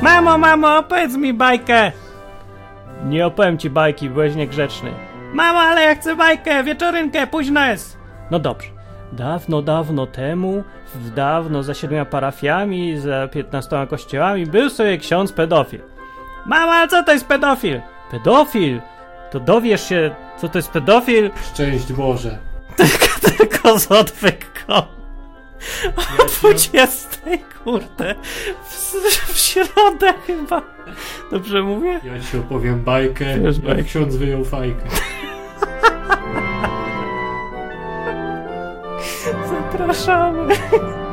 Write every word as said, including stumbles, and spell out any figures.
Mamo, mamo, opowiedz mi bajkę! Nie opowiem ci bajki, byłeś niegrzeczny. Mamo, ale ja chcę bajkę, wieczorynkę, późno jest. No dobrze. Dawno, dawno temu, w dawno za siedmioma parafiami, za piętnastoma kościołami, był sobie ksiądz pedofil. Mama, ale co to jest pedofil? Pedofil? To dowiesz się, co to jest pedofil? Szczęść Boże. Tylko, tylko z odwyku. O dwudziestej, kurde, w, w środę chyba. Dobrze mówię? Ja ci opowiem bajkę, Wiesz, jak bajkę. ksiądz wyjął fajkę. Zapraszamy.